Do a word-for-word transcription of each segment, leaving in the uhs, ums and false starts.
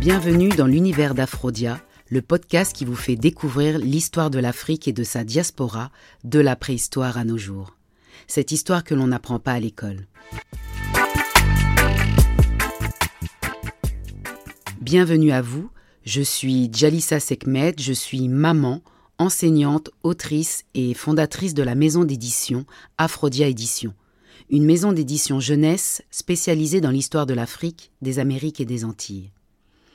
Bienvenue dans l'univers d'Aphrodia, le podcast qui vous fait découvrir l'histoire de l'Afrique et de sa diaspora, de la préhistoire à nos jours. Cette histoire que l'on n'apprend pas à l'école. Bienvenue à vous, je suis Djalissa Sekhmet, je suis maman, enseignante, autrice et fondatrice de la maison d'édition Aphrodia Éditions, une maison d'édition jeunesse spécialisée dans l'histoire de l'Afrique, des Amériques et des Antilles. Pourquoi ?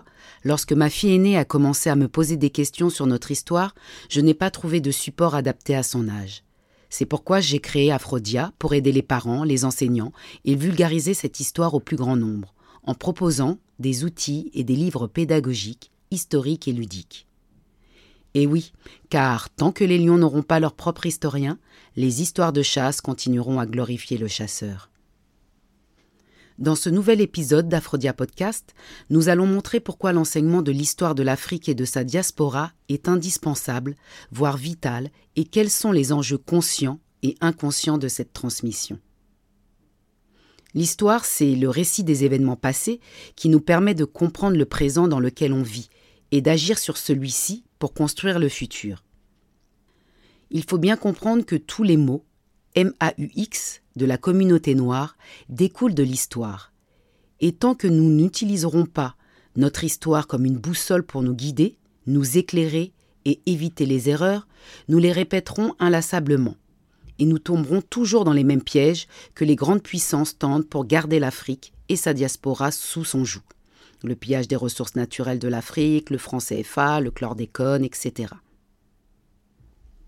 Lorsque ma fille aînée a commencé à me poser des questions sur notre histoire, je n'ai pas trouvé de support adapté à son âge. C'est pourquoi j'ai créé Aphrodia pour aider les parents, les enseignants et vulgariser cette histoire au plus grand nombre, en proposant des outils et des livres pédagogiques, historiques et ludiques. Et oui, car tant que les lions n'auront pas leur propre historien, les histoires de chasse continueront à glorifier le chasseur. Dans ce nouvel épisode d'Aphrodia Podcast, nous allons montrer pourquoi l'enseignement de l'histoire de l'Afrique et de sa diaspora est indispensable, voire vital, et quels sont les enjeux conscients et inconscients de cette transmission. L'histoire, c'est le récit des événements passés qui nous permet de comprendre le présent dans lequel on vit et d'agir sur celui-ci pour construire le futur. Il faut bien comprendre que tous les mots, M A U X, de la communauté noire, découlent de l'histoire. Et tant que nous n'utiliserons pas notre histoire comme une boussole pour nous guider, nous éclairer et éviter les erreurs, nous les répéterons inlassablement. Et nous tomberons toujours dans les mêmes pièges que les grandes puissances tentent pour garder l'Afrique et sa diaspora sous son joug. Le pillage des ressources naturelles de l'Afrique, le franc C F A, le chlordécone, et cetera. Pourquoi ?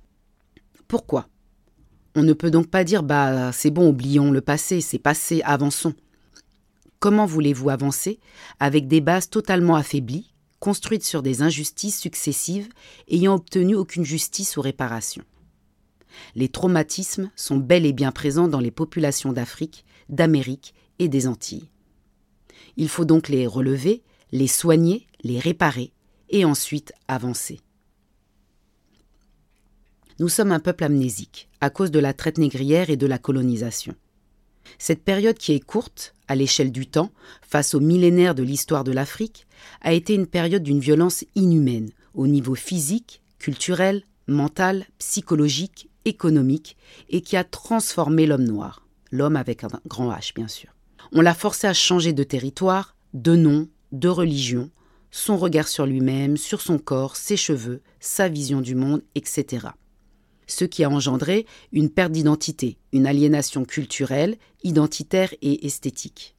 On ne peut donc pas dire « bah c'est bon, oublions le passé, c'est passé, avançons ». Comment voulez-vous avancer avec des bases totalement affaiblies, construites sur des injustices successives, ayant obtenu aucune justice ou réparation ? Les traumatismes sont bel et bien présents dans les populations d'Afrique, d'Amérique et des Antilles. Il faut donc les relever, les soigner, les réparer et ensuite avancer. Nous sommes un peuple amnésique, à cause de la traite négrière et de la colonisation. Cette période qui est courte, à l'échelle du temps, face aux millénaires de l'histoire de l'Afrique, a été une période d'une violence inhumaine, au niveau physique, culturel, mental, psychologique, économique, et qui a transformé l'homme noir, l'homme avec un grand H bien sûr. On l'a forcé à changer de territoire, de nom, de religion, son regard sur lui-même, sur son corps, ses cheveux, sa vision du monde, et cetera. Ce qui a engendré une perte d'identité, une aliénation culturelle, identitaire et esthétique.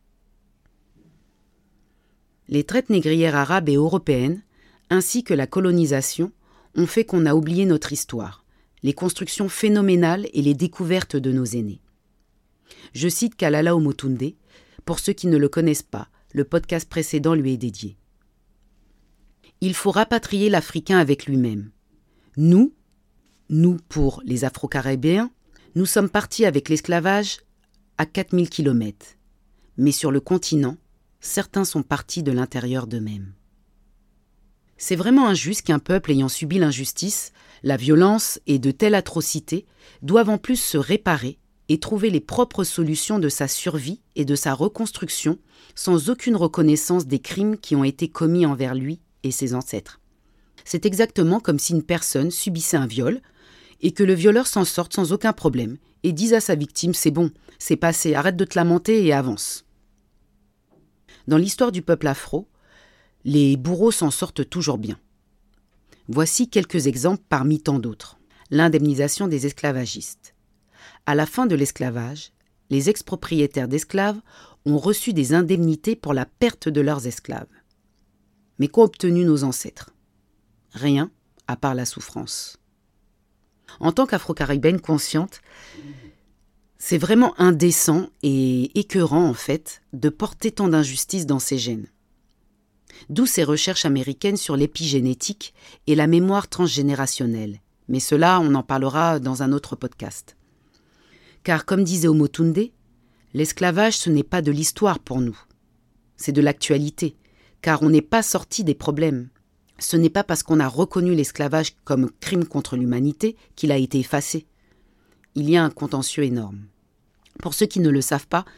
Les traites négrières arabes et européennes, ainsi que la colonisation, ont fait qu'on a oublié notre histoire, les constructions phénoménales et les découvertes de nos aînés. Je cite Kalala Omotunde, pour ceux qui ne le connaissent pas, le podcast précédent lui est dédié. Il faut rapatrier l'Africain avec lui-même. Nous, Nous, pour les Afro-Caribéens, nous sommes partis avec l'esclavage à quatre mille kilomètres. Mais sur le continent, certains sont partis de l'intérieur d'eux-mêmes. C'est vraiment injuste qu'un peuple ayant subi l'injustice, la violence et de telles atrocités doive en plus se réparer et trouver les propres solutions de sa survie et de sa reconstruction sans aucune reconnaissance des crimes qui ont été commis envers lui et ses ancêtres. C'est exactement comme si une personne subissait un viol et que le violeur s'en sorte sans aucun problème et dise à sa victime « c'est bon, c'est passé, arrête de te lamenter et avance ». Dans l'histoire du peuple afro, les bourreaux s'en sortent toujours bien. Voici quelques exemples parmi tant d'autres. L'indemnisation des esclavagistes. À la fin de l'esclavage, les ex-propriétaires d'esclaves ont reçu des indemnités pour la perte de leurs esclaves. Mais qu'ont obtenu nos ancêtres ? Rien, à part la souffrance. En tant qu'afro-caribéenne consciente, c'est vraiment indécent et écœurant, en fait, de porter tant d'injustice dans ses gènes. D'où ces recherches américaines sur l'épigénétique et la mémoire transgénérationnelle. Mais cela, on en parlera dans un autre podcast. Car, comme disait Omotunde, l'esclavage, ce n'est pas de l'histoire pour nous. C'est de l'actualité, car on n'est pas sorti des problèmes. Ce n'est pas parce qu'on a reconnu l'esclavage comme crime contre l'humanité qu'il a été effacé. Il y a un contentieux énorme. Pour ceux qui ne le savent pas,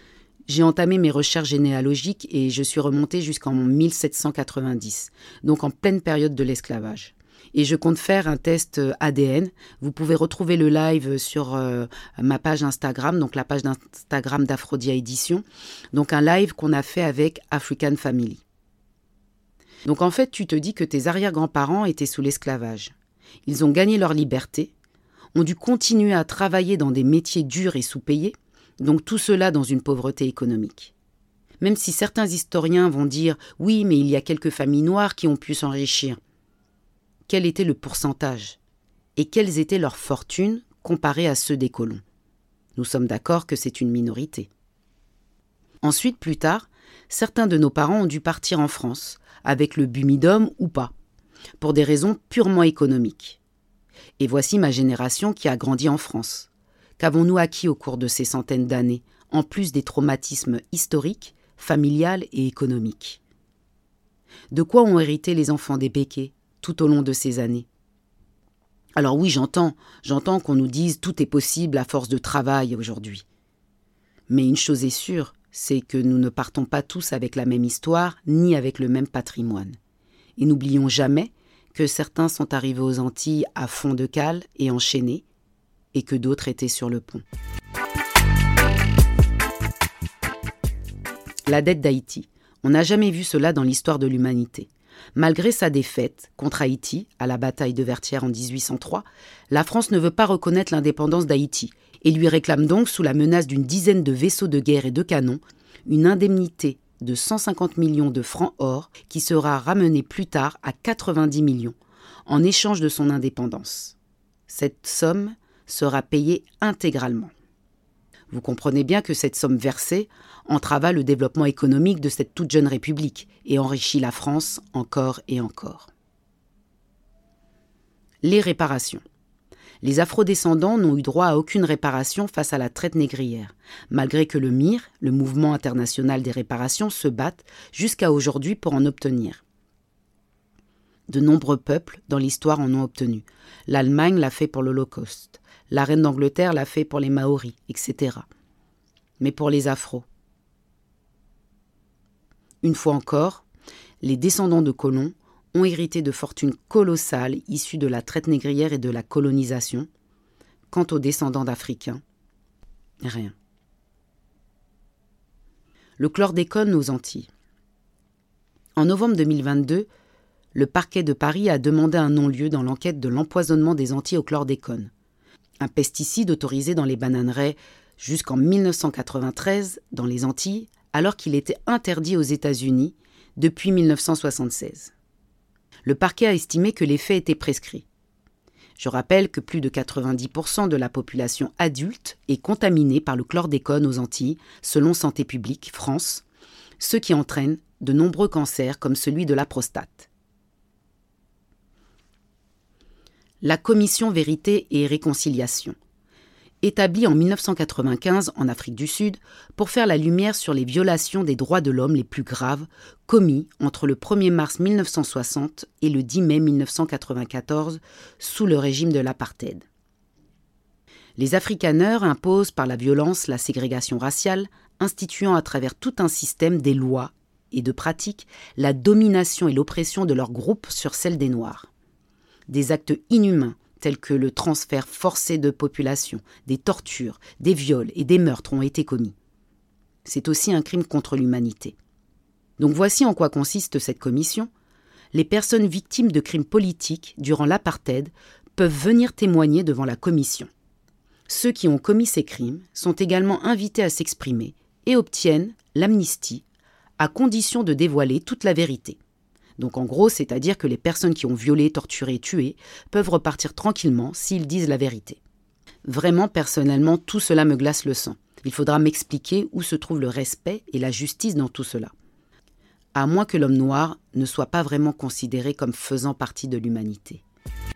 J'ai entamé mes recherches généalogiques et je suis remontée jusqu'en mille sept cent quatre-vingt-dix, donc en pleine période de l'esclavage. Et je compte faire un test A D N. Vous pouvez retrouver le live sur euh, ma page Instagram, donc la page d'Instagram d'Aphrodia Édition. Donc un live qu'on a fait avec African Family. Donc en fait, tu te dis que tes arrière-grands-parents étaient sous l'esclavage. Ils ont gagné leur liberté, ont dû continuer à travailler dans des métiers durs et sous-payés, donc tout cela dans une pauvreté économique. Même si certains historiens vont dire « oui, mais il y a quelques familles noires qui ont pu s'enrichir », quel était le pourcentage et quelles étaient leurs fortunes comparées à ceux des colons? Nous sommes d'accord que c'est une minorité. Ensuite, plus tard, certains de nos parents ont dû partir en France, avec le bumidum ou pas, pour des raisons purement économiques. Et voici ma génération qui a grandi en France. Qu'avons-nous acquis au cours de ces centaines d'années, en plus des traumatismes historiques, familiales et économiques? De quoi ont hérité les enfants des Békés tout au long de ces années? Alors oui, j'entends, j'entends qu'on nous dise tout est possible à force de travail aujourd'hui. Mais une chose est sûre, c'est que nous ne partons pas tous avec la même histoire, ni avec le même patrimoine. Et n'oublions jamais que certains sont arrivés aux Antilles à fond de cale et enchaînés, et que d'autres étaient sur le pont. La dette d'Haïti. On n'a jamais vu cela dans l'histoire de l'humanité. Malgré sa défaite contre Haïti, à la bataille de Vertières en dix-huit cent trois, la France ne veut pas reconnaître l'indépendance d'Haïti et lui réclame donc, sous la menace d'une dizaine de vaisseaux de guerre et de canons, une indemnité de cent cinquante millions de francs or qui sera ramenée plus tard à quatre-vingt-dix millions en échange de son indépendance. Cette somme sera payée intégralement. Vous comprenez bien que cette somme versée entrava le développement économique de cette toute jeune république et enrichit la France encore et encore. Les réparations. Les afrodescendants n'ont eu droit à aucune réparation face à la traite négrière, malgré que le M I R, le Mouvement international des réparations, se batte jusqu'à aujourd'hui pour en obtenir. De nombreux peuples dans l'histoire en ont obtenu. L'Allemagne l'a fait pour l'Holocauste, la reine d'Angleterre l'a fait pour les Maoris, et cetera. Mais pour les Afros, une fois encore, les descendants de colons ont hérité de fortunes colossales issues de la traite négrière et de la colonisation. Quant aux descendants d'Africains, rien. Le chlordécone aux Antilles. En novembre deux mille vingt-deux, le parquet de Paris a demandé un non-lieu dans l'enquête de l'empoisonnement des Antilles au chlordécone, un pesticide autorisé dans les bananeraies jusqu'en mille neuf cent quatre-vingt-treize dans les Antilles, alors qu'il était interdit aux États-Unis depuis mille neuf cent soixante-seize. Le parquet a estimé que les faits étaient prescrits. Je rappelle que plus de quatre-vingt-dix pour cent de la population adulte est contaminée par le chlordécone aux Antilles, selon Santé publique France, ce qui entraîne de nombreux cancers comme celui de la prostate. La Commission Vérité et Réconciliation, établie en mille neuf cent quatre-vingt-quinze en Afrique du Sud pour faire la lumière sur les violations des droits de l'homme les plus graves commis entre le premier mars mille neuf cent soixante et le dix mai mille neuf cent quatre-vingt-quatorze sous le régime de l'apartheid. Les afrikaners imposent par la violence la ségrégation raciale, instituant à travers tout un système des lois et de pratiques la domination et l'oppression de leur groupe sur celle des Noirs. Des actes inhumains tels que le transfert forcé de population, des tortures, des viols et des meurtres ont été commis. C'est aussi un crime contre l'humanité. Donc voici en quoi consiste cette commission. Les personnes victimes de crimes politiques durant l'apartheid peuvent venir témoigner devant la commission. Ceux qui ont commis ces crimes sont également invités à s'exprimer et obtiennent l'amnistie à condition de dévoiler toute la vérité. Donc en gros, c'est-à-dire que les personnes qui ont violé, torturé, tué peuvent repartir tranquillement s'ils disent la vérité. Vraiment, personnellement, tout cela me glace le sang. Il faudra m'expliquer où se trouve le respect et la justice dans tout cela. À moins que l'homme noir ne soit pas vraiment considéré comme faisant partie de l'humanité.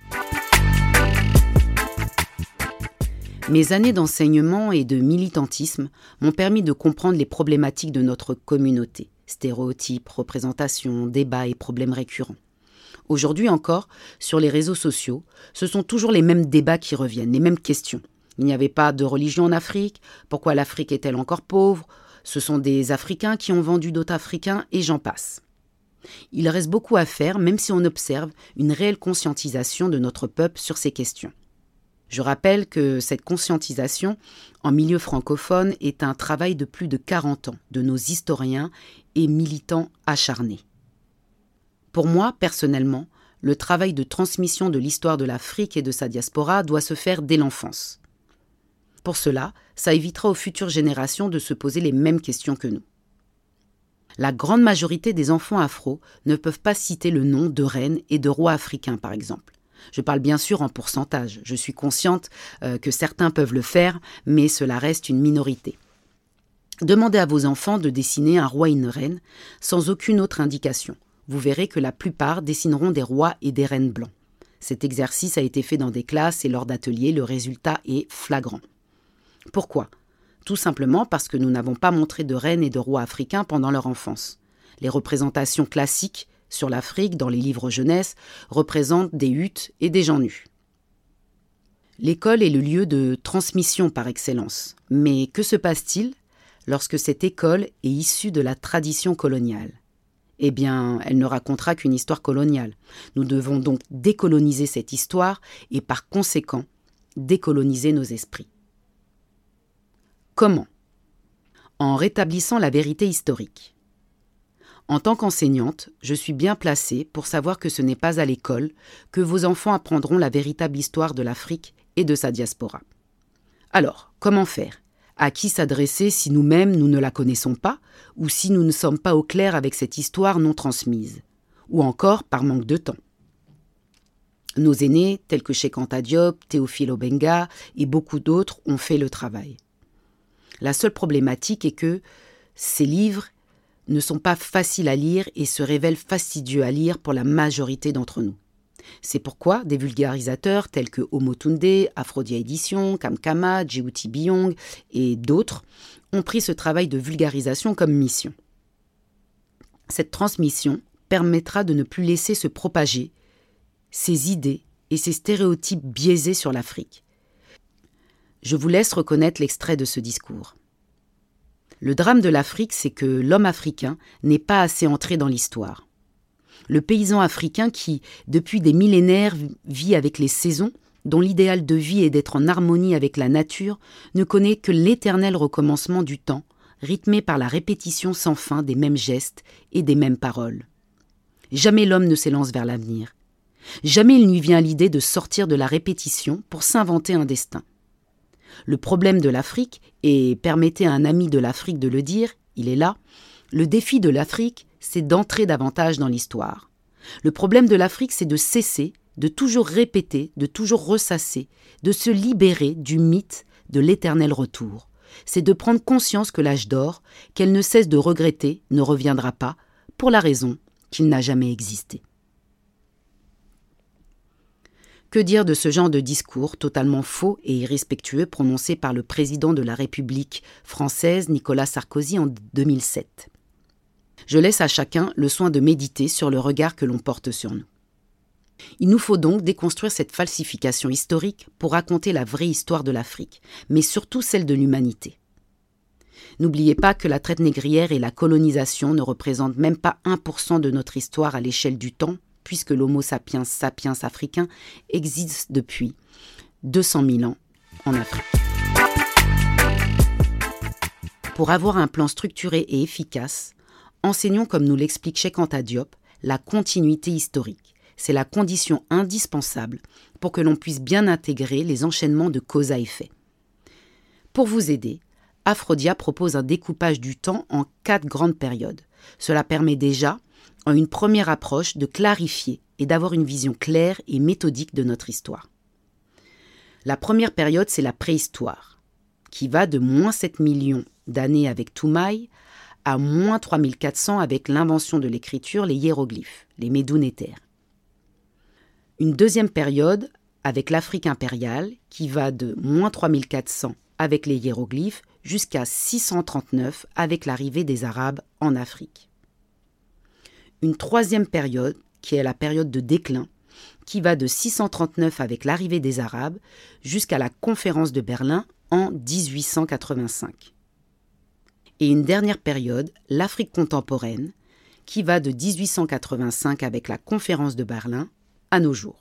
Mes années d'enseignement et de militantisme m'ont permis de comprendre les problématiques de notre communauté. Stéréotypes, représentations, débats et problèmes récurrents. Aujourd'hui encore, sur les réseaux sociaux, ce sont toujours les mêmes débats qui reviennent, les mêmes questions. Il n'y avait pas de religion en Afrique, pourquoi l'Afrique est-elle encore pauvre? Ce sont des Africains qui ont vendu d'autres Africains et j'en passe. Il reste beaucoup à faire, même si on observe une réelle conscientisation de notre peuple sur ces questions. Je rappelle que cette conscientisation, en milieu francophone, est un travail de plus de quarante ans de nos historiens et militants acharnés. Pour moi, personnellement, le travail de transmission de l'histoire de l'Afrique et de sa diaspora doit se faire dès l'enfance. Pour cela, ça évitera aux futures générations de se poser les mêmes questions que nous. La grande majorité des enfants afro ne peuvent pas citer le nom de reines et de rois africains, par exemple. Je parle bien sûr en pourcentage. Je suis consciente euh, que certains peuvent le faire, mais cela reste une minorité. Demandez à vos enfants de dessiner un roi et une reine sans aucune autre indication. Vous verrez que la plupart dessineront des rois et des reines blancs. Cet exercice a été fait dans des classes et lors d'ateliers, le résultat est flagrant. Pourquoi ? Tout simplement parce que nous n'avons pas montré de reines et de rois africains pendant leur enfance. Les représentations classiques sur l'Afrique dans les livres jeunesse représentent des huttes et des gens nus. L'école est le lieu de transmission par excellence. Mais que se passe-t-il lorsque cette école est issue de la tradition coloniale ? Eh bien, elle ne racontera qu'une histoire coloniale. Nous devons donc décoloniser cette histoire et par conséquent, décoloniser nos esprits. Comment ? En rétablissant la vérité historique. En tant qu'enseignante, je suis bien placée pour savoir que ce n'est pas à l'école que vos enfants apprendront la véritable histoire de l'Afrique et de sa diaspora. Alors, comment faire ? À qui s'adresser si nous-mêmes nous ne la connaissons pas ou si nous ne sommes pas au clair avec cette histoire non transmise ? Ou encore par manque de temps. Nos aînés, tels que Cheikh Anta Diop, Théophile Obenga et beaucoup d'autres, ont fait le travail. La seule problématique est que ces livres ne sont pas faciles à lire et se révèlent fastidieux à lire pour la majorité d'entre nous. C'est pourquoi des vulgarisateurs tels que Omotunde, Afrodia Édition, Kamkama, Djibouti Biyong et d'autres ont pris ce travail de vulgarisation comme mission. Cette transmission permettra de ne plus laisser se propager ces idées et ces stéréotypes biaisés sur l'Afrique. Je vous laisse reconnaître l'extrait de ce discours. Le drame de l'Afrique, c'est que l'homme africain n'est pas assez entré dans l'histoire. Le paysan africain qui, depuis des millénaires, vit avec les saisons, dont l'idéal de vie est d'être en harmonie avec la nature, ne connaît que l'éternel recommencement du temps, rythmé par la répétition sans fin des mêmes gestes et des mêmes paroles. Jamais l'homme ne s'élance vers l'avenir. Jamais il ne lui vient l'idée de sortir de la répétition pour s'inventer un destin. Le problème de l'Afrique, et permettez à un ami de l'Afrique de le dire, il est là, le défi de l'Afrique, c'est d'entrer davantage dans l'histoire. Le problème de l'Afrique, c'est de cesser, de toujours répéter, de toujours ressasser, de se libérer du mythe de l'éternel retour. C'est de prendre conscience que l'âge d'or, qu'elle ne cesse de regretter, ne reviendra pas, pour la raison qu'il n'a jamais existé. Que dire de ce genre de discours totalement faux et irrespectueux prononcé par le président de la République française, Nicolas Sarkozy, en deux mille sept ? Je laisse à chacun le soin de méditer sur le regard que l'on porte sur nous. Il nous faut donc déconstruire cette falsification historique pour raconter la vraie histoire de l'Afrique, mais surtout celle de l'humanité. N'oubliez pas que la traite négrière et la colonisation ne représentent même pas un pour cent de notre histoire à l'échelle du temps, puisque l'Homo sapiens sapiens africain existe depuis deux cent mille ans en Afrique. Pour avoir un plan structuré et efficace, enseignons, comme nous l'explique Cheikh Anta Diop, la continuité historique. C'est la condition indispensable pour que l'on puisse bien intégrer les enchaînements de cause à effet. Pour vous aider, Afrodia propose un découpage du temps en quatre grandes périodes. Cela permet déjà, en une première approche, de clarifier et d'avoir une vision claire et méthodique de notre histoire. La première période, c'est la préhistoire, qui va de moins sept millions d'années avec Toumaï à moins trois mille quatre cents avec l'invention de l'écriture, les hiéroglyphes, les médounétaires. Une deuxième période avec l'Afrique impériale, qui va de moins trois mille quatre cents avec les hiéroglyphes jusqu'à six cent trente-neuf avec l'arrivée des Arabes en Afrique. Une troisième période, qui est la période de déclin, qui va de six cent trente-neuf avec l'arrivée des Arabes jusqu'à la conférence de Berlin en dix-huit cent quatre-vingt-cinq. Et une dernière période, l'Afrique contemporaine, qui va de dix-huit cent quatre-vingt-cinq avec la conférence de Berlin à nos jours.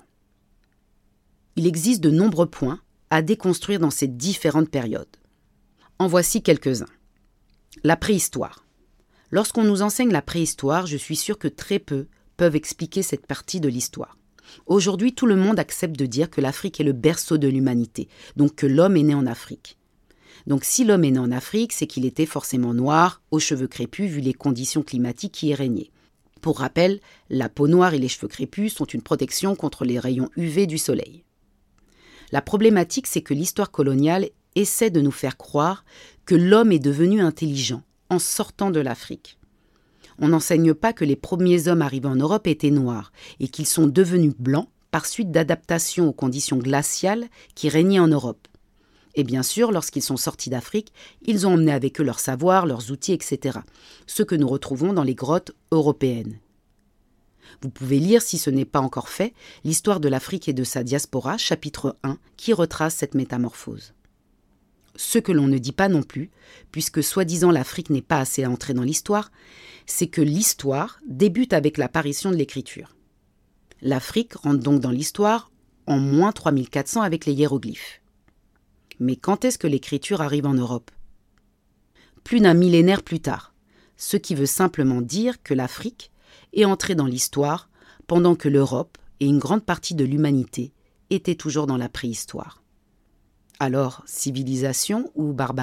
Il existe de nombreux points à déconstruire dans ces différentes périodes. En voici quelques-uns. La préhistoire. Lorsqu'on nous enseigne la préhistoire, je suis sûr que très peu peuvent expliquer cette partie de l'histoire. Aujourd'hui, tout le monde accepte de dire que l'Afrique est le berceau de l'humanité, donc que l'homme est né en Afrique. Donc si l'homme est né en Afrique, c'est qu'il était forcément noir, aux cheveux crépus, vu les conditions climatiques qui y régnaient. Pour rappel, la peau noire et les cheveux crépus sont une protection contre les rayons U V du soleil. La problématique, c'est que l'histoire coloniale essaie de nous faire croire que l'homme est devenu intelligent en sortant de l'Afrique. On n'enseigne pas que les premiers hommes arrivés en Europe étaient noirs et qu'ils sont devenus blancs par suite d'adaptation aux conditions glaciales qui régnaient en Europe. Et bien sûr, lorsqu'ils sont sortis d'Afrique, ils ont emmené avec eux leur savoir, leurs outils, et cetera. Ce que nous retrouvons dans les grottes européennes. Vous pouvez lire, si ce n'est pas encore fait, l'histoire de l'Afrique et de sa diaspora, chapitre un, qui retrace cette métamorphose. Ce que l'on ne dit pas non plus, puisque soi-disant l'Afrique n'est pas assez entrée dans l'histoire, c'est que l'histoire débute avec l'apparition de l'écriture. L'Afrique rentre donc dans l'histoire en moins trois mille quatre cents avec les hiéroglyphes. Mais quand est-ce que l'écriture arrive en Europe ? Plus d'un millénaire plus tard, ce qui veut simplement dire que l'Afrique est entrée dans l'histoire pendant que l'Europe et une grande partie de l'humanité étaient toujours dans la préhistoire. Alors, civilisation ou barbarie ?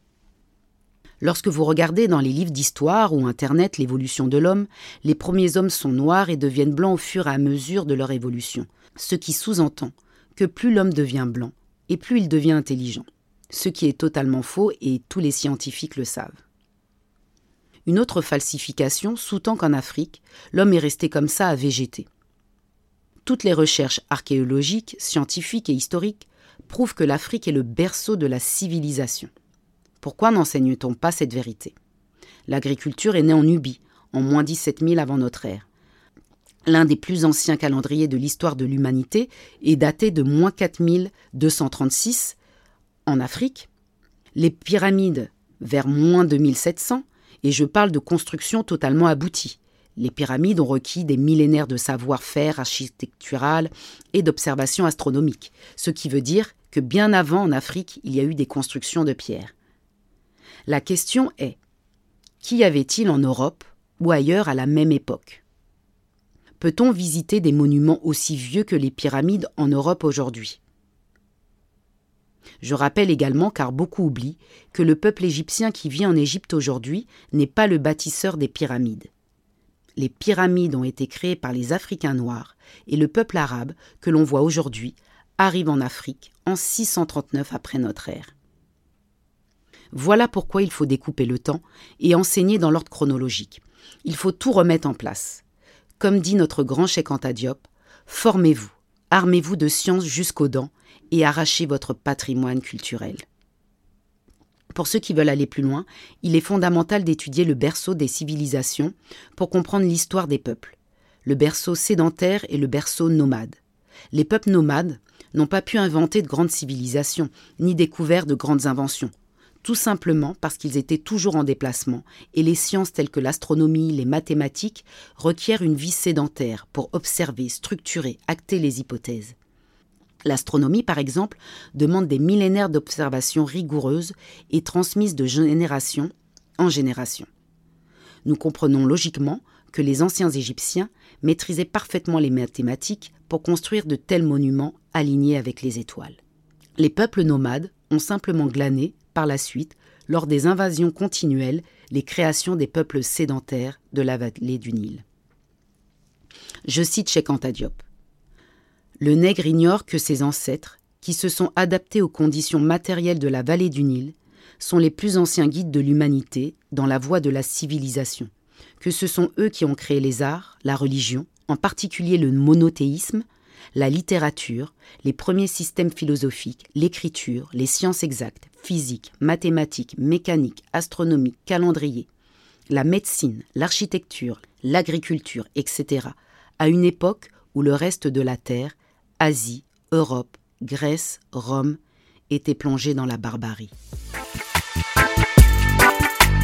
Lorsque vous regardez dans les livres d'histoire ou Internet l'évolution de l'homme, les premiers hommes sont noirs et deviennent blancs au fur et à mesure de leur évolution, ce qui sous-entend que plus l'homme devient blanc, et plus il devient intelligent, ce qui est totalement faux et tous les scientifiques le savent. Une autre falsification sous-tend qu'en Afrique, l'homme est resté comme ça à végéter. Toutes les recherches archéologiques, scientifiques et historiques prouvent que l'Afrique est le berceau de la civilisation. Pourquoi n'enseigne-t-on pas cette vérité ? L'agriculture est née en Nubie, en moins dix-sept mille avant notre ère. L'un des plus anciens calendriers de l'histoire de l'humanité est daté de moins quatre mille deux cent trente-six en Afrique, les pyramides vers moins deux mille sept cents, et je parle de constructions totalement abouties. Les pyramides ont requis des millénaires de savoir-faire architectural et d'observation astronomique, ce qui veut dire que bien avant en Afrique, il y a eu des constructions de pierre. La question est, qu'y avait-il en Europe ou ailleurs à la même époque ? Peut-on visiter des monuments aussi vieux que les pyramides en Europe aujourd'hui ? Je rappelle également, car beaucoup oublient, que le peuple égyptien qui vit en Égypte aujourd'hui n'est pas le bâtisseur des pyramides. Les pyramides ont été créées par les Africains noirs et le peuple arabe, que l'on voit aujourd'hui, arrive en Afrique en six cent trente-neuf après notre ère. Voilà pourquoi il faut découper le temps et enseigner dans l'ordre chronologique. Il faut tout remettre en place. Comme dit notre grand Cheikh Anta Diop, formez-vous, armez-vous de science jusqu'aux dents et arrachez votre patrimoine culturel. Pour ceux qui veulent aller plus loin, il est fondamental d'étudier le berceau des civilisations pour comprendre l'histoire des peuples, le berceau sédentaire et le berceau nomade. Les peuples nomades n'ont pas pu inventer de grandes civilisations, ni découvert de grandes inventions. Tout simplement parce qu'ils étaient toujours en déplacement et les sciences telles que l'astronomie, les mathématiques requièrent une vie sédentaire pour observer, structurer, acter les hypothèses. L'astronomie, par exemple, demande des millénaires d'observations rigoureuses et transmises de génération en génération. Nous comprenons logiquement que les anciens Égyptiens maîtrisaient parfaitement les mathématiques pour construire de tels monuments alignés avec les étoiles. Les peuples nomades ont simplement glané, par la suite, lors des invasions continuelles, les créations des peuples sédentaires de la vallée du Nil. Je cite Cheikh Anta Diop. « Le nègre ignore que ses ancêtres, qui se sont adaptés aux conditions matérielles de la vallée du Nil, sont les plus anciens guides de l'humanité dans la voie de la civilisation, que ce sont eux qui ont créé les arts, la religion, en particulier le monothéisme, la littérature, les premiers systèmes philosophiques, l'écriture, les sciences exactes, physique, mathématiques, mécanique, astronomie, calendrier, la médecine, l'architecture, l'agriculture, et cetera, à une époque où le reste de la Terre, Asie, Europe, Grèce, Rome, était plongé dans la barbarie.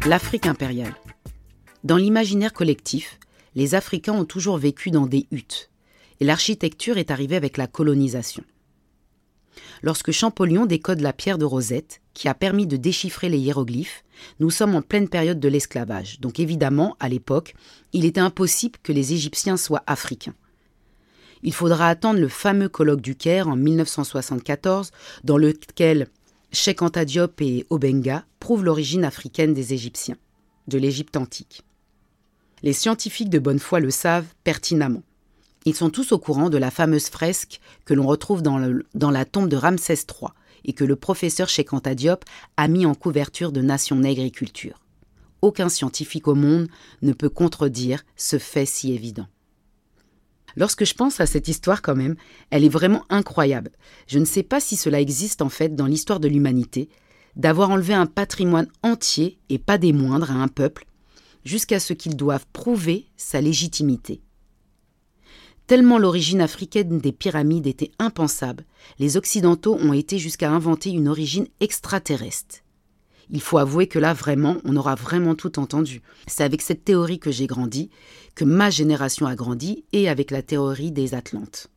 L'Afrique impériale. Dans l'imaginaire collectif, les Africains ont toujours vécu dans des huttes, et l'architecture est arrivée avec la colonisation. Lorsque Champollion décode la pierre de Rosette, qui a permis de déchiffrer les hiéroglyphes, nous sommes en pleine période de l'esclavage. Donc évidemment, à l'époque, il était impossible que les Égyptiens soient africains. Il faudra attendre le fameux colloque du Caire en mille neuf cent soixante-quatorze, dans lequel Cheikh Anta Diop et Obenga prouvent l'origine africaine des Égyptiens, de l'Égypte antique. Les scientifiques de bonne foi le savent pertinemment. Ils sont tous au courant de la fameuse fresque que l'on retrouve dans, le, dans la tombe de Ramsès trois et que le professeur Cheikh Anta Diop a mis en couverture de Nation Nègre et Culture. Aucun scientifique au monde ne peut contredire ce fait si évident. Lorsque je pense à cette histoire quand même, elle est vraiment incroyable. Je ne sais pas si cela existe en fait dans l'histoire de l'humanité, d'avoir enlevé un patrimoine entier, et pas des moindres, à un peuple, jusqu'à ce qu'ils doivent prouver sa légitimité. Tellement l'origine africaine des pyramides était impensable, les Occidentaux ont été jusqu'à inventer une origine extraterrestre. Il faut avouer que là, vraiment, on aura vraiment tout entendu. C'est avec cette théorie que j'ai grandi, que ma génération a grandi, et avec la théorie des Atlantes.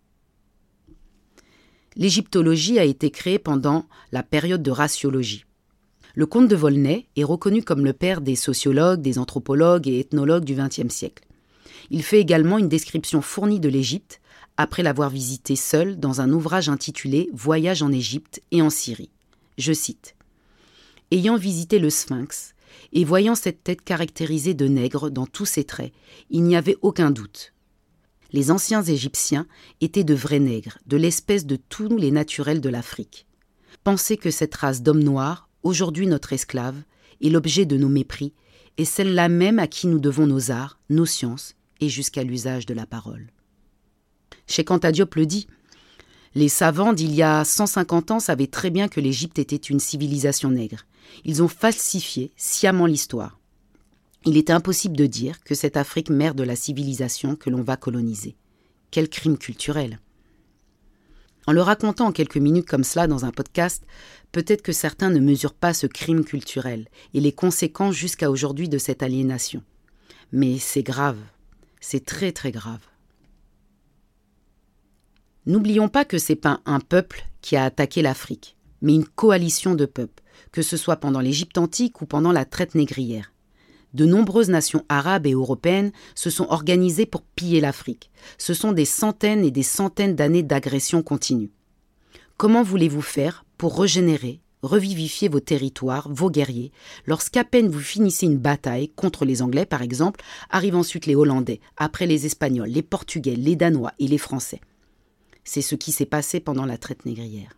L'égyptologie a été créée pendant la période de raciologie. Le comte de Volney est reconnu comme le père des sociologues, des anthropologues et ethnologues du vingtième siècle. Il fait également une description fournie de l'Égypte, après l'avoir visité seul dans un ouvrage intitulé « Voyage en Égypte et en Syrie ». Je cite. « Ayant visité le Sphinx et voyant cette tête caractérisée de nègre dans tous ses traits, il n'y avait aucun doute. Les anciens Égyptiens étaient de vrais nègres, de l'espèce de tous les naturels de l'Afrique. Pensez que cette race d'hommes noirs, aujourd'hui notre esclave, est l'objet de nos mépris, et celle-là même à qui nous devons nos arts, nos sciences, et jusqu'à l'usage de la parole. » Cheikh Anta Diop le dit. Les savants d'il y a cent cinquante ans savaient très bien que l'Égypte était une civilisation nègre. Ils ont falsifié sciemment l'histoire. Il est impossible de dire que cette Afrique mère de la civilisation que l'on va coloniser. Quel crime culturel! En le racontant en quelques minutes comme cela dans un podcast, peut-être que certains ne mesurent pas ce crime culturel et les conséquences jusqu'à aujourd'hui de cette aliénation. Mais c'est grave, c'est très très grave. N'oublions pas que ce n'est pas un peuple qui a attaqué l'Afrique, mais une coalition de peuples, que ce soit pendant l'Égypte antique ou pendant la traite négrière. De nombreuses nations arabes et européennes se sont organisées pour piller l'Afrique. Ce sont des centaines et des centaines d'années d'agression continue. Comment voulez-vous faire pour régénérer, revivifier vos territoires, vos guerriers, lorsqu'à peine vous finissez une bataille contre les Anglais par exemple, arrivent ensuite les Hollandais, après les Espagnols, les Portugais, les Danois et les Français. C'est ce qui s'est passé pendant la traite négrière.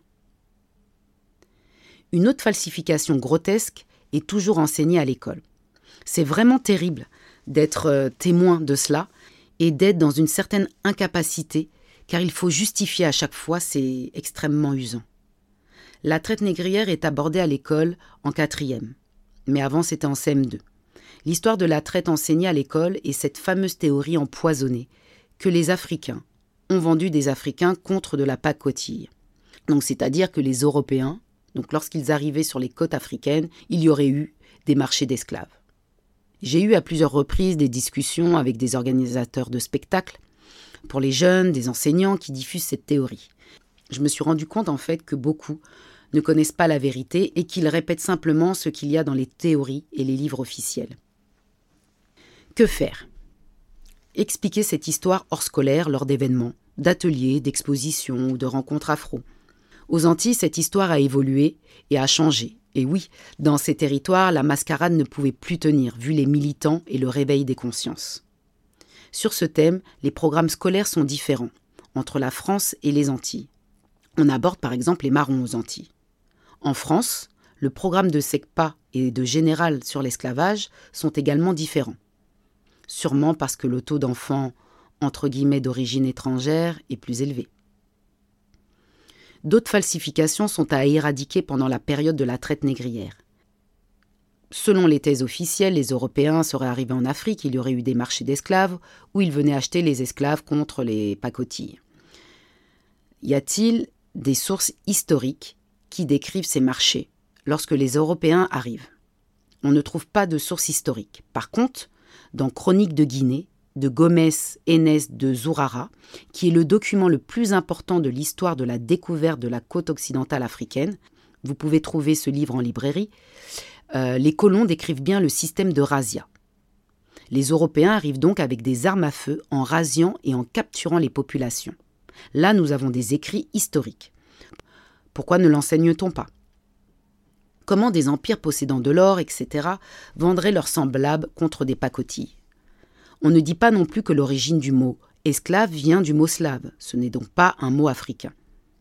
Une autre falsification grotesque est toujours enseignée à l'école. C'est vraiment terrible d'être euh, témoin de cela et d'être dans une certaine incapacité, car il faut justifier à chaque fois, c'est extrêmement usant. La traite négrière est abordée à l'école en quatrième, mais avant c'était en C M deux. L'histoire de la traite enseignée à l'école est cette fameuse théorie empoisonnée que les Africains ont vendu des Africains contre de la pacotille. Donc c'est-à-dire que les Européens, donc lorsqu'ils arrivaient sur les côtes africaines, il y aurait eu des marchés d'esclaves. J'ai eu à plusieurs reprises des discussions avec des organisateurs de spectacles pour les jeunes, des enseignants qui diffusent cette théorie. Je me suis rendu compte en fait que beaucoup ne connaissent pas la vérité et qu'ils répètent simplement ce qu'il y a dans les théories et les livres officiels. Que faire ? Expliquer cette histoire hors scolaire lors d'événements, d'ateliers, d'expositions ou de rencontres afro. Aux Antilles, cette histoire a évolué et a changé. Et oui, dans ces territoires, la mascarade ne pouvait plus tenir, vu les militants et le réveil des consciences. Sur ce thème, les programmes scolaires sont différents, entre la France et les Antilles. On aborde par exemple les marrons aux Antilles. En France, le programme de SECPA et de Général sur l'esclavage sont également différents. Sûrement parce que le taux d'enfants, entre guillemets, d'origine étrangère est plus élevé. D'autres falsifications sont à éradiquer pendant la période de la traite négrière. Selon les thèses officielles, les Européens seraient arrivés en Afrique, il y aurait eu des marchés d'esclaves où ils venaient acheter les esclaves contre les pacotilles. Y a-t-il des sources historiques qui décrivent ces marchés lorsque les Européens arrivent ? On ne trouve pas de source historique. Par contre, dans Chroniques de Guinée, de Gomes Enes de Zurara, qui est le document le plus important de l'histoire de la découverte de la côte occidentale africaine, vous pouvez trouver ce livre en librairie, euh, les colons décrivent bien le système de razzia. Les Européens arrivent donc avec des armes à feu en razziant et en capturant les populations. Là, nous avons des écrits historiques. Pourquoi ne l'enseigne-t-on pas ? Comment des empires possédant de l'or, et cetera, vendraient leurs semblables contre des pacotilles ? On ne dit pas non plus que l'origine du mot « esclave » vient du mot slave. Ce n'est donc pas un mot africain.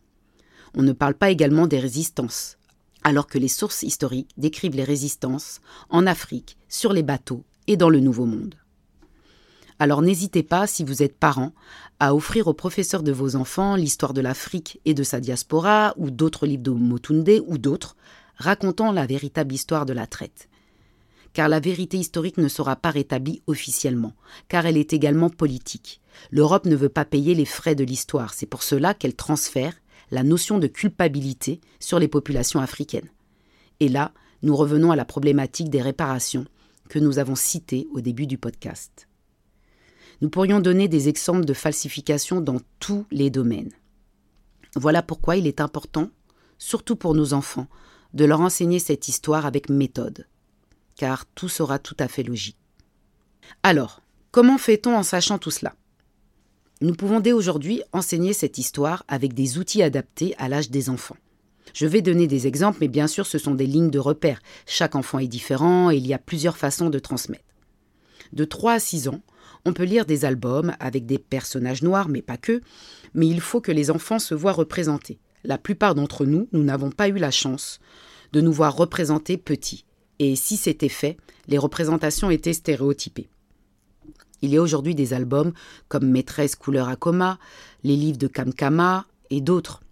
On ne parle pas également des résistances, alors que les sources historiques décrivent les résistances en Afrique, sur les bateaux et dans le Nouveau Monde. Alors n'hésitez pas, si vous êtes parent, à offrir aux professeurs de vos enfants l'histoire de l'Afrique et de sa diaspora, ou d'autres livres de Motunde, ou d'autres, racontant la véritable histoire de la traite. Car la vérité historique ne sera pas rétablie officiellement, car elle est également politique. L'Europe ne veut pas payer les frais de l'histoire, c'est pour cela qu'elle transfère la notion de culpabilité sur les populations africaines. Et là, nous revenons à la problématique des réparations que nous avons citée au début du podcast. Nous pourrions donner des exemples de falsification dans tous les domaines. Voilà pourquoi il est important, surtout pour nos enfants, de leur enseigner cette histoire avec méthode, car tout sera tout à fait logique. Alors, comment fait-on en sachant tout cela ? Nous pouvons dès aujourd'hui enseigner cette histoire avec des outils adaptés à l'âge des enfants. Je vais donner des exemples, mais bien sûr ce sont des lignes de repère. Chaque enfant est différent et il y a plusieurs façons de transmettre. De trois à six ans, on peut lire des albums avec des personnages noirs, mais pas que, mais il faut que les enfants se voient représentés. La plupart d'entre nous, nous n'avons pas eu la chance de nous voir représentés petits. Et si c'était fait, les représentations étaient stéréotypées. Il y a aujourd'hui des albums comme Maîtresse couleur à coma, les livres de Kamkama et d'autres.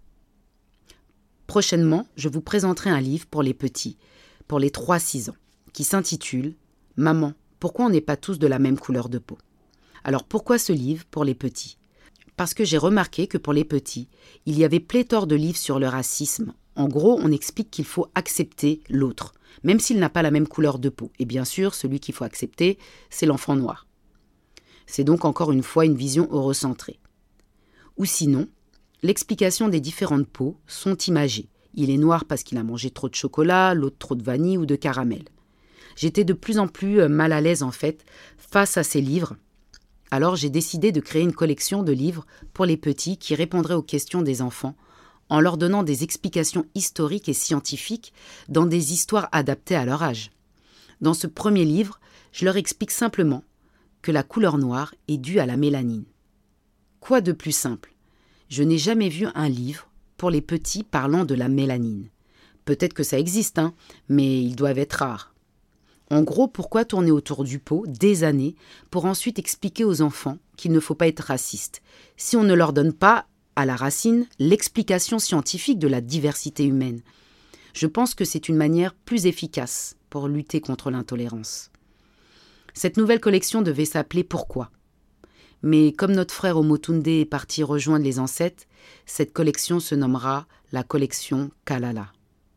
Prochainement, je vous présenterai un livre pour les petits, pour les trois à six ans, qui s'intitule « Maman, pourquoi on n'est pas tous de la même couleur de peau ?» Alors pourquoi ce livre pour les petits ? Parce que j'ai remarqué que pour les petits, il y avait pléthore de livres sur le racisme. En gros, on explique qu'il faut accepter l'autre, même s'il n'a pas la même couleur de peau. Et bien sûr, celui qu'il faut accepter, c'est l'enfant noir. C'est donc encore une fois une vision eurocentrée. Ou sinon, l'explication des différentes peaux sont imagées. Il est noir parce qu'il a mangé trop de chocolat, l'autre trop de vanille ou de caramel. J'étais de plus en plus mal à l'aise en fait face à ces livres. Alors j'ai décidé de créer une collection de livres pour les petits qui répondraient aux questions des enfants en leur donnant des explications historiques et scientifiques dans des histoires adaptées à leur âge. Dans ce premier livre, je leur explique simplement que la couleur noire est due à la mélanine. Quoi de plus simple ? Je n'ai jamais vu un livre pour les petits parlant de la mélanine. Peut-être que ça existe, hein, mais ils doivent être rares. En gros, pourquoi tourner autour du pot des années pour ensuite expliquer aux enfants qu'il ne faut pas être raciste, si on ne leur donne pas, à la racine, l'explication scientifique de la diversité humaine ? Je pense que c'est une manière plus efficace pour lutter contre l'intolérance. Cette nouvelle collection devait s'appeler « Pourquoi ?» Mais comme notre frère Omotunde est parti rejoindre les ancêtres, cette collection se nommera la collection Kalala.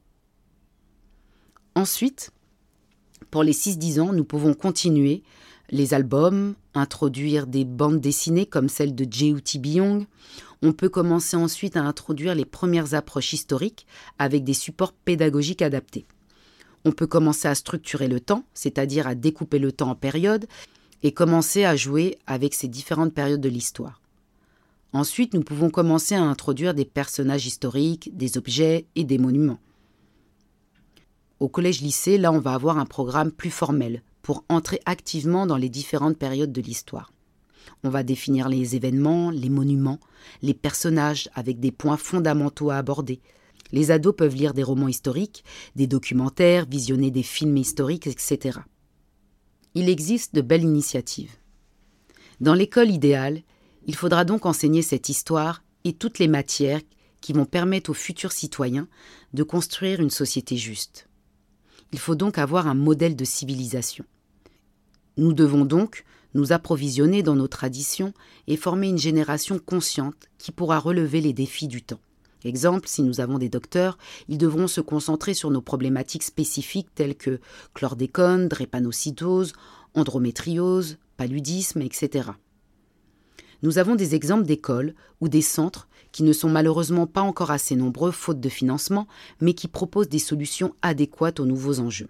Ensuite, pour les six dix ans, nous pouvons continuer les albums, introduire des bandes dessinées comme celle de Djeuti Biyong. On peut commencer ensuite à introduire les premières approches historiques avec des supports pédagogiques adaptés. On peut commencer à structurer le temps, c'est-à-dire à découper le temps en périodes, et commencer à jouer avec ces différentes périodes de l'histoire. Ensuite, nous pouvons commencer à introduire des personnages historiques, des objets et des monuments. Au collège-lycée, là, on va avoir un programme plus formel pour entrer activement dans les différentes périodes de l'histoire. On va définir les événements, les monuments, les personnages avec des points fondamentaux à aborder. Les ados peuvent lire des romans historiques, des documentaires, visionner des films historiques, et cetera. Il existe de belles initiatives. Dans l'école idéale, il faudra donc enseigner cette histoire et toutes les matières qui vont permettre aux futurs citoyens de construire une société juste. Il faut donc avoir un modèle de civilisation. Nous devons donc nous approvisionner dans nos traditions et former une génération consciente qui pourra relever les défis du temps. Exemple, si nous avons des docteurs, ils devront se concentrer sur nos problématiques spécifiques telles que chlordécone, drépanocytose, endométriose, paludisme, et cetera. Nous avons des exemples d'écoles ou des centres qui ne sont malheureusement pas encore assez nombreux faute de financement, mais qui proposent des solutions adéquates aux nouveaux enjeux.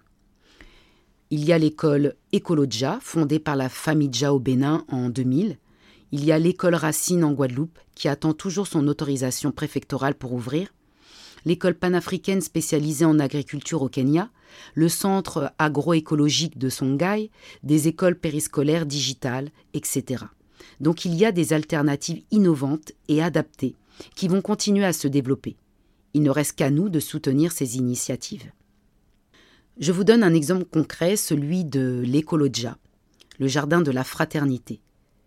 Il y a l'école Ecolodja, fondée par la famille Dja au Bénin en deux mille. Il y a l'école Racine en Guadeloupe, qui attend toujours son autorisation préfectorale pour ouvrir. L'école panafricaine spécialisée en agriculture au Kenya, le centre agroécologique de Songhai, des écoles périscolaires digitales, et cetera. Donc il y a des alternatives innovantes et adaptées qui vont continuer à se développer. Il ne reste qu'à nous de soutenir ces initiatives. Je vous donne un exemple concret, celui de l'Ecolodja, le jardin de la fraternité.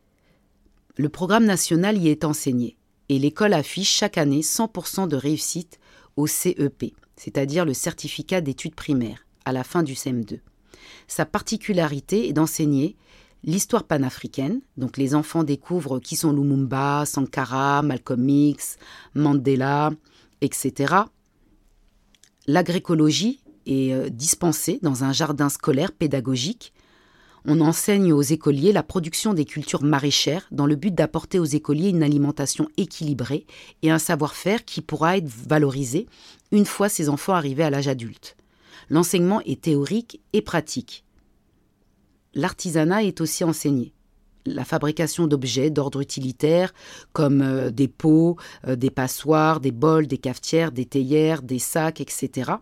Le programme national y est enseigné et l'école affiche chaque année cent pour cent de réussite au C E P, c'est-à-dire le certificat d'études primaires, à la fin du C E M deux. Sa particularité est d'enseigner l'histoire panafricaine, donc les enfants découvrent qui sont Lumumba, Sankara, Malcolm X, Mandela, et cetera. L'agroécologie est dispensée dans un jardin scolaire pédagogique. On enseigne aux écoliers la production des cultures maraîchères dans le but d'apporter aux écoliers une alimentation équilibrée et un savoir-faire qui pourra être valorisé une fois ces enfants arrivés à l'âge adulte. L'enseignement est théorique et pratique. L'artisanat est aussi enseigné. La fabrication d'objets d'ordre utilitaire comme euh, des pots, euh, des passoires, des bols, des cafetières, des théières, des sacs, et cetera.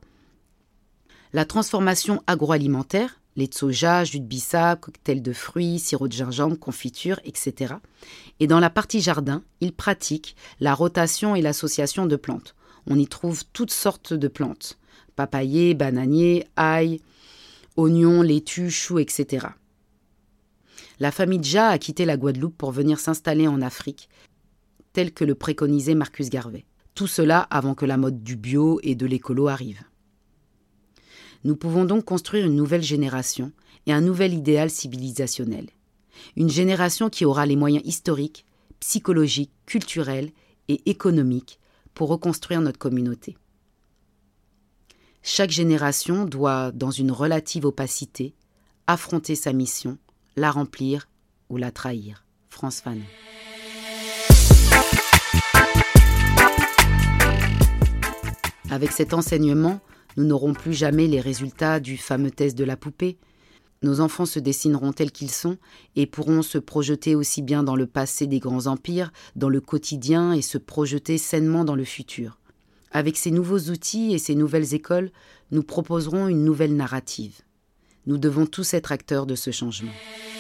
La transformation agroalimentaire, lait de soja, jus de bissap, cocktail de fruits, sirop de gingembre, confiture, et cetera. Et dans la partie jardin, ils pratiquent la rotation et l'association de plantes. On y trouve toutes sortes de plantes, papayers, bananiers, ail, oignons, laitues, choux, et cetera. La famille Dja a quitté la Guadeloupe pour venir s'installer en Afrique, tel que le préconisait Marcus Garvey. Tout cela avant que la mode du bio et de l'écolo arrive. Nous pouvons donc construire une nouvelle génération et un nouvel idéal civilisationnel. Une génération qui aura les moyens historiques, psychologiques, culturels et économiques pour reconstruire notre communauté. Chaque génération doit, dans une relative opacité, affronter sa mission, la remplir ou la trahir. France Fanon. Avec cet enseignement, nous n'aurons plus jamais les résultats du fameux test de la poupée. Nos enfants se dessineront tels qu'ils sont et pourront se projeter aussi bien dans le passé des grands empires, dans le quotidien et se projeter sainement dans le futur. Avec ces nouveaux outils et ces nouvelles écoles, nous proposerons une nouvelle narrative. Nous devons tous être acteurs de ce changement.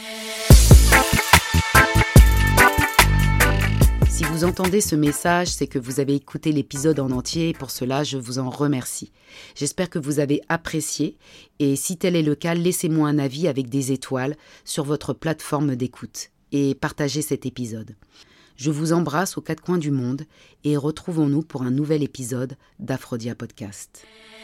Si vous entendez ce message, c'est que vous avez écouté l'épisode en entier et pour cela, je vous en remercie. J'espère que vous avez apprécié et si tel est le cas, laissez-moi un avis avec des étoiles sur votre plateforme d'écoute et partagez cet épisode. Je vous embrasse aux quatre coins du monde et retrouvons-nous pour un nouvel épisode d'Aphrodia Podcast.